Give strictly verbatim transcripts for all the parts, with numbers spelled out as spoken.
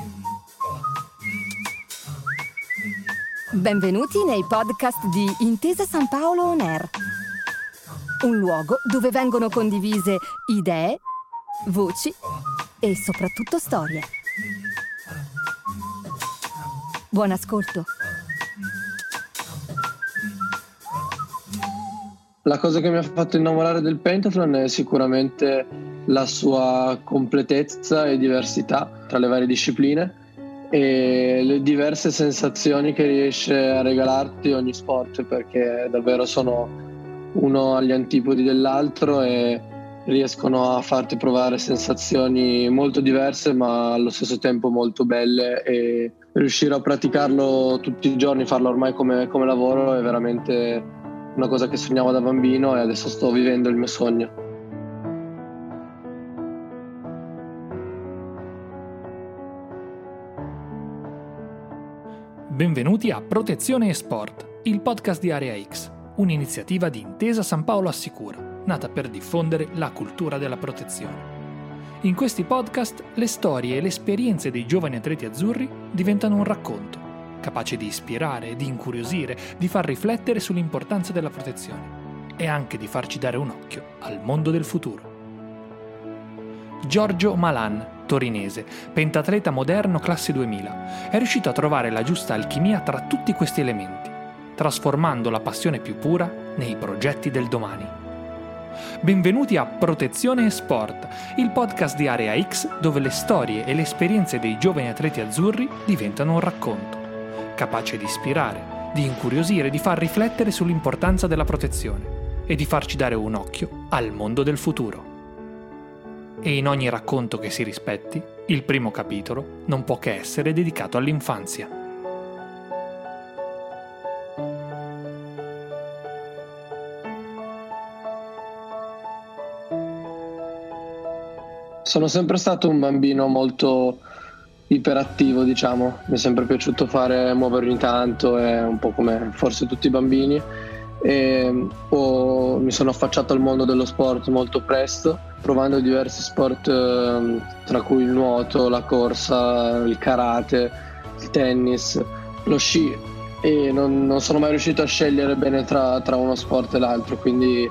Benvenuti nei podcast di Intesa San Paolo On Air, un luogo dove vengono condivise idee, voci e soprattutto storie. Buon ascolto. La cosa che mi ha fatto innamorare del pentathlon è sicuramente la sua completezza e diversità tra le varie discipline e le diverse sensazioni che riesce a regalarti ogni sport, perché davvero sono uno agli antipodi dell'altro e riescono a farti provare sensazioni molto diverse ma allo stesso tempo molto belle, e riuscire a praticarlo tutti i giorni, farlo ormai come, come lavoro, è veramente una cosa che sognavo da bambino e adesso sto vivendo il mio sogno. Benvenuti a Protezione e Sport, il podcast di Area X, un'iniziativa di Intesa San Paolo Assicura, nata per diffondere la cultura della protezione. In questi podcast le storie e le esperienze dei giovani atleti azzurri diventano un racconto, capace di ispirare, di incuriosire, di far riflettere sull'importanza della protezione e anche di farci dare un occhio al mondo del futuro. Giorgio Malan, torinese, pentatleta moderno classe duemila, è riuscito a trovare la giusta alchimia tra tutti questi elementi, trasformando la passione più pura nei progetti del domani. Benvenuti a Protezione e Sport, il podcast di Area X dove le storie e le esperienze dei giovani atleti azzurri diventano un racconto, capace di ispirare, di incuriosire, di far riflettere sull'importanza della protezione e di farci dare un occhio al mondo del futuro. E in ogni racconto che si rispetti, il primo capitolo non può che essere dedicato all'infanzia. Sono sempre stato un bambino molto iperattivo, diciamo. Mi è sempre piaciuto fare, muovermi ogni tanto, è un po' come forse tutti i bambini. E poi mi sono affacciato al mondo dello sport molto presto, provando diversi sport, eh, tra cui il nuoto, la corsa, il karate, il tennis, lo sci, e non, non sono mai riuscito a scegliere bene tra, tra uno sport e l'altro, quindi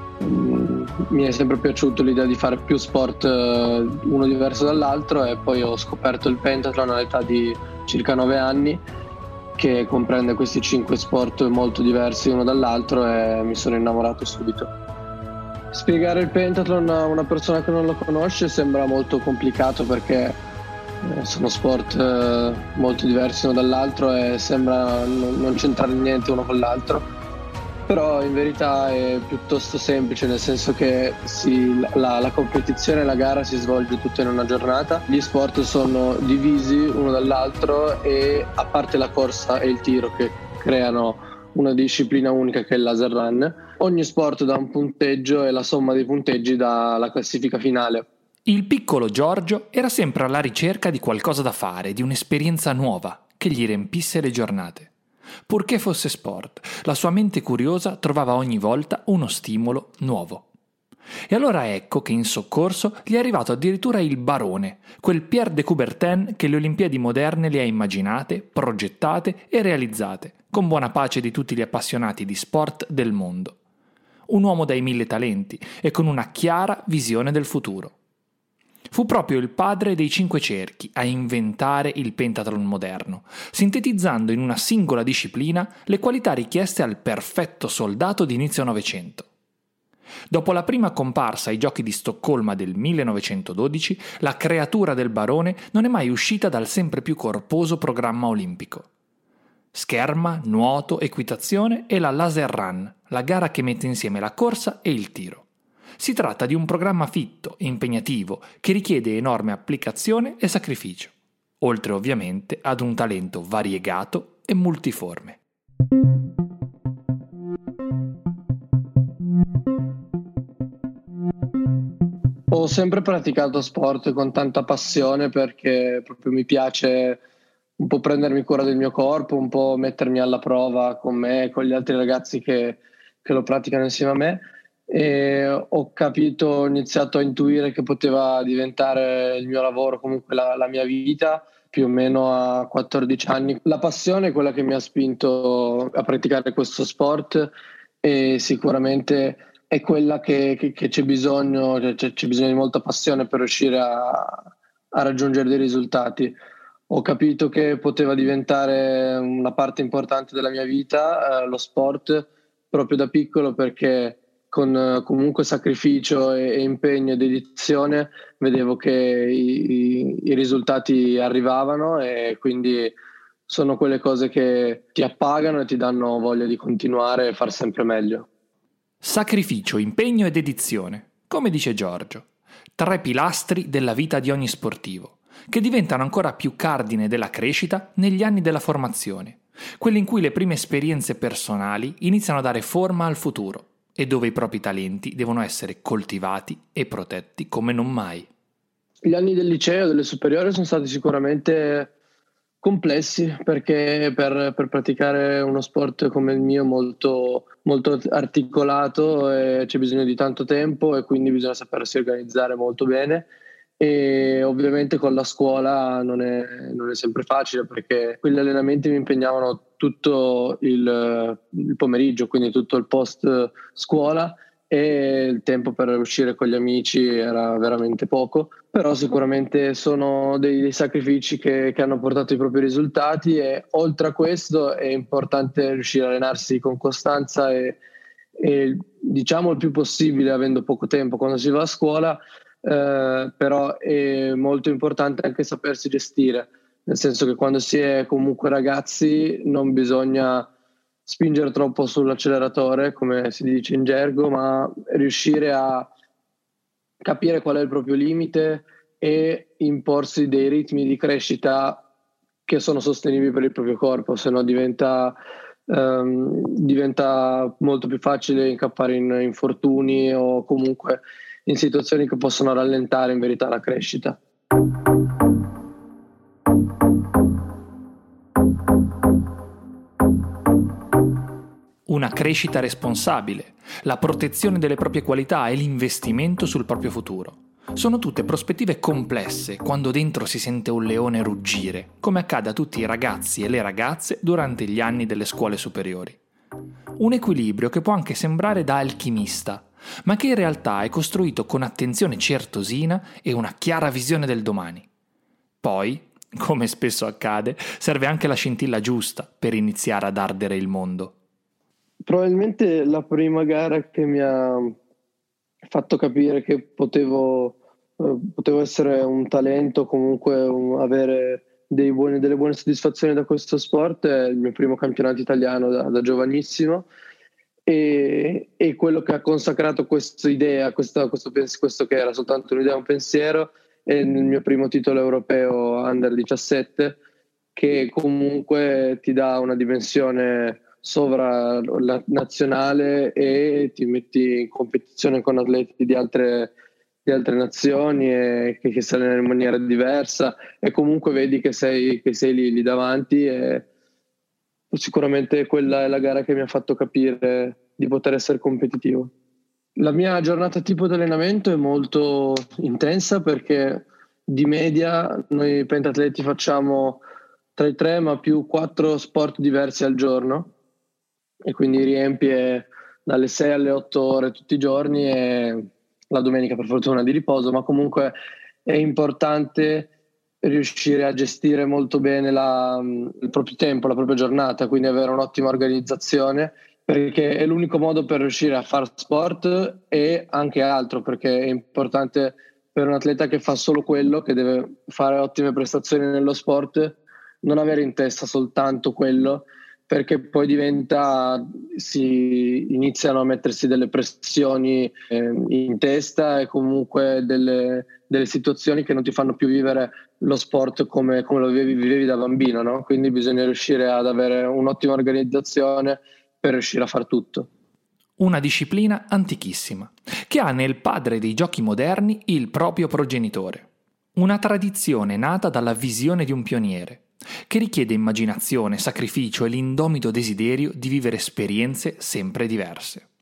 mh, mi è sempre piaciuto l'idea di fare più sport, eh, uno diverso dall'altro, e poi ho scoperto il pentathlon all'età di circa nove anni, che comprende questi cinque sport molto diversi uno dall'altro, e mi sono innamorato subito. Spiegare il pentathlon a una persona che non lo conosce sembra molto complicato, perché sono sport molto diversi uno dall'altro e sembra non c'entrare niente uno con l'altro, però in verità è piuttosto semplice, nel senso che si, la, la competizione e la gara si svolge tutta in una giornata. Gli sport sono divisi uno dall'altro, e a parte la corsa e il tiro che creano una disciplina unica che è il laser run, ogni sport dà un punteggio e la somma dei punteggi dà la classifica finale. Il piccolo Giorgio era sempre alla ricerca di qualcosa da fare, di un'esperienza nuova che gli riempisse le giornate. Purché fosse sport, la sua mente curiosa trovava ogni volta uno stimolo nuovo. E allora ecco che in soccorso gli è arrivato addirittura il barone, quel Pierre de Coubertin che le Olimpiadi moderne le ha immaginate, progettate e realizzate, con buona pace di tutti gli appassionati di sport del mondo. Un uomo dai mille talenti e con una chiara visione del futuro. Fu proprio il padre dei cinque cerchi a inventare il pentathlon moderno, sintetizzando in una singola disciplina le qualità richieste al perfetto soldato di inizio Novecento. Dopo la prima comparsa ai Giochi di Stoccolma del millenovecentododici, la creatura del barone non è mai uscita dal sempre più corposo programma olimpico. Scherma, nuoto, equitazione e la laser run, la gara che mette insieme la corsa e il tiro. Si tratta di un programma fitto, impegnativo, che richiede enorme applicazione e sacrificio, oltre ovviamente ad un talento variegato e multiforme. Ho sempre praticato sport con tanta passione, perché proprio mi piace un po' prendermi cura del mio corpo, un po' mettermi alla prova con me e con gli altri ragazzi che, che lo praticano insieme a me. E ho capito, ho iniziato a intuire che poteva diventare il mio lavoro, comunque la, la mia vita, più o meno a quattordici anni. La passione è quella che mi ha spinto a praticare questo sport e sicuramente è quella che, che, che c'è bisogno, c'è, c'è bisogno di molta passione per riuscire a, a raggiungere dei risultati. Ho capito che poteva diventare una parte importante della mia vita, eh, lo sport, proprio da piccolo, perché con eh, comunque sacrificio e, e impegno e dedizione vedevo che i, i, i risultati arrivavano, e quindi sono quelle cose che ti appagano e ti danno voglia di continuare e far sempre meglio. Sacrificio, impegno e dedizione, come dice Giorgio, tre pilastri della vita di ogni sportivo, che diventano ancora più cardine della crescita negli anni della formazione, quelli in cui le prime esperienze personali iniziano a dare forma al futuro e dove i propri talenti devono essere coltivati e protetti come non mai. Gli anni del liceo e delle superiori sono stati sicuramente complessi, perché per, per praticare uno sport come il mio molto, molto articolato eh, c'è bisogno di tanto tempo, e quindi bisogna sapersi organizzare molto bene, e ovviamente con la scuola non è, non è sempre facile, perché quegli allenamenti mi impegnavano tutto il, il pomeriggio, quindi tutto il post scuola, e il tempo per uscire con gli amici era veramente poco. Però sicuramente sono dei, dei sacrifici che, che hanno portato i propri risultati, e oltre a questo è importante riuscire a allenarsi con costanza e, e diciamo il più possibile avendo poco tempo quando si va a scuola, eh, però è molto importante anche sapersi gestire, nel senso che quando si è comunque ragazzi non bisogna spingere troppo sull'acceleratore, come si dice in gergo, ma riuscire a capire qual è il proprio limite e imporsi dei ritmi di crescita che sono sostenibili per il proprio corpo, se no diventa, um, diventa molto più facile incappare in infortuni o comunque in situazioni che possono rallentare in verità la crescita. Una crescita responsabile, la protezione delle proprie qualità e l'investimento sul proprio futuro. Sono tutte prospettive complesse quando dentro si sente un leone ruggire, come accade a tutti i ragazzi e le ragazze durante gli anni delle scuole superiori. Un equilibrio che può anche sembrare da alchimista, ma che in realtà è costruito con attenzione certosina e una chiara visione del domani. Poi, come spesso accade, serve anche la scintilla giusta per iniziare ad ardere il mondo. Probabilmente la prima gara che mi ha fatto capire che potevo, eh, potevo essere un talento, comunque un, avere dei buoni, delle buone soddisfazioni da questo sport, è il mio primo campionato italiano da, da giovanissimo, e, e quello che ha consacrato questa idea, questa, questo, questo che era soltanto un'idea, un pensiero, è il mio primo titolo europeo under diciassette, che comunque ti dà una dimensione sovranazionale e ti metti in competizione con atleti di altre, di altre nazioni e che, che si allenano in maniera diversa, e comunque vedi che sei, che sei lì, lì davanti, e sicuramente quella è la gara che mi ha fatto capire di poter essere competitivo. La mia giornata tipo di allenamento è molto intensa, perché di media noi pentatleti facciamo tra i tre ma più quattro sport diversi al giorno, e quindi riempie dalle sei alle otto ore tutti i giorni, e la domenica per fortuna di riposo, ma comunque è importante riuscire a gestire molto bene la, il proprio tempo, la propria giornata, quindi avere un'ottima organizzazione, perché è l'unico modo per riuscire a fare sport e anche altro, perché è importante per un atleta che fa solo quello, che deve fare ottime prestazioni nello sport, non avere in testa soltanto quello, perché poi diventa, si iniziano a mettersi delle pressioni eh, in testa, e comunque delle, delle situazioni che non ti fanno più vivere lo sport come, come lo vivevi, vivevi da bambino, no? Quindi bisogna riuscire ad avere un'ottima organizzazione per riuscire a far tutto. Una disciplina antichissima, che ha nel padre dei giochi moderni il proprio progenitore. Una tradizione nata dalla visione di un pioniere, che richiede immaginazione, sacrificio e l'indomito desiderio di vivere esperienze sempre diverse.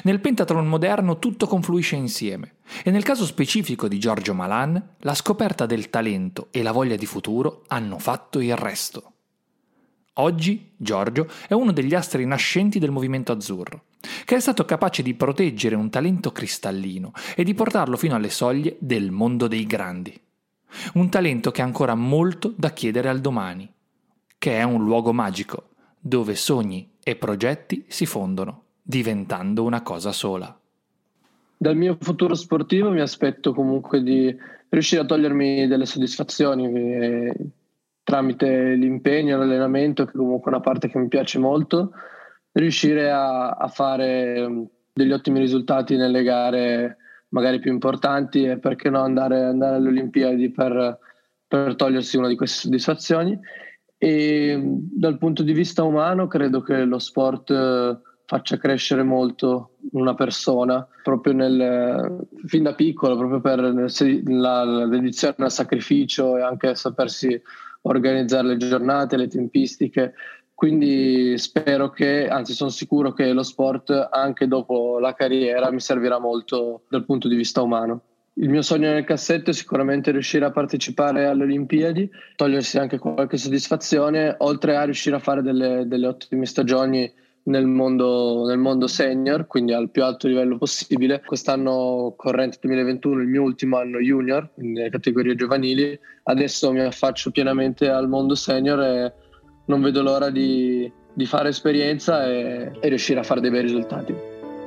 Nel pentathlon moderno tutto confluisce insieme e nel caso specifico di Giorgio Malan, la scoperta del talento e la voglia di futuro hanno fatto il resto. Oggi Giorgio è uno degli astri nascenti del movimento azzurro, che è stato capace di proteggere un talento cristallino e di portarlo fino alle soglie del mondo dei grandi. Un talento che ha ancora molto da chiedere al domani, che è un luogo magico, dove sogni e progetti si fondono, diventando una cosa sola. Dal mio futuro sportivo mi aspetto comunque di riuscire a togliermi delle soddisfazioni eh, tramite l'impegno, l'allenamento, che comunque è una parte che mi piace molto, riuscire a, a fare degli ottimi risultati nelle gare magari più importanti e perché no andare, andare alle Olimpiadi per, per togliersi una di queste soddisfazioni. E dal punto di vista umano credo che lo sport faccia crescere molto una persona, proprio nel, fin da piccolo, proprio per la, la dedizione al sacrificio e anche sapersi organizzare le giornate, le tempistiche. Quindi spero che, anzi sono sicuro che lo sport anche dopo la carriera mi servirà molto dal punto di vista umano. Il mio sogno nel cassetto è sicuramente riuscire a partecipare alle Olimpiadi, togliersi anche qualche soddisfazione, oltre a riuscire a fare delle, delle ottime stagioni nel mondo, nel mondo senior, quindi al più alto livello possibile. Quest'anno corrente duemilaventuno, il mio ultimo anno junior, nelle categorie giovanili, adesso mi affaccio pienamente al mondo senior e non vedo l'ora di, di fare esperienza e, e riuscire a fare dei bei risultati.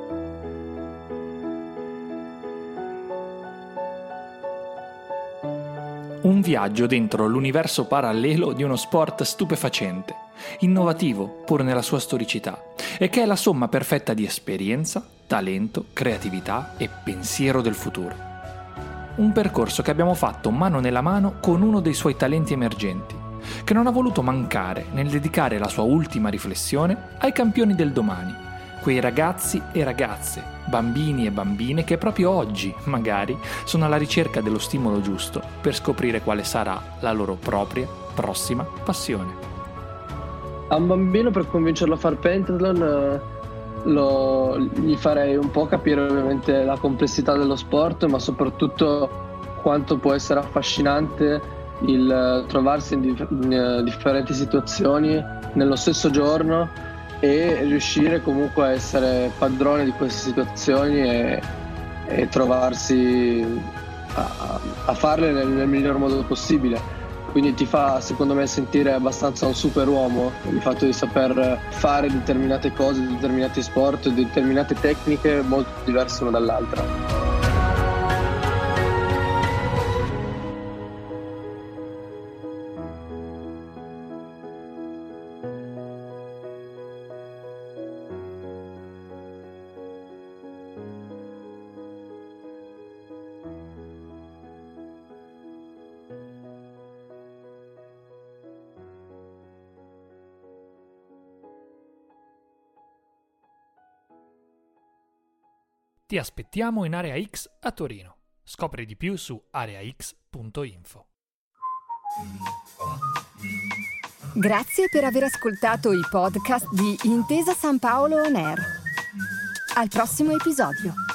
Un viaggio dentro l'universo parallelo di uno sport stupefacente, innovativo pur nella sua storicità, e che è la somma perfetta di esperienza, talento, creatività e pensiero del futuro. Un percorso che abbiamo fatto mano nella mano con uno dei suoi talenti emergenti, che non ha voluto mancare nel dedicare la sua ultima riflessione ai campioni del domani, quei ragazzi e ragazze, bambini e bambine che proprio oggi, magari, sono alla ricerca dello stimolo giusto per scoprire quale sarà la loro propria prossima passione. A un bambino, per convincerlo a fare pentathlon, lo, gli farei un po' capire ovviamente la complessità dello sport, ma soprattutto quanto può essere affascinante il trovarsi in, dif- in differenti situazioni nello stesso giorno e riuscire comunque a essere padrone di queste situazioni e, e trovarsi a, a farle nel, nel miglior modo possibile. Quindi ti fa, secondo me, sentire abbastanza un superuomo il fatto di saper fare determinate cose, determinati sport, determinate tecniche molto diverse una dall'altra. Ti aspettiamo in Area X a Torino. Scopri di più su areax punto info. Grazie per aver ascoltato i podcast di Intesa San Paolo On Air. Al prossimo episodio.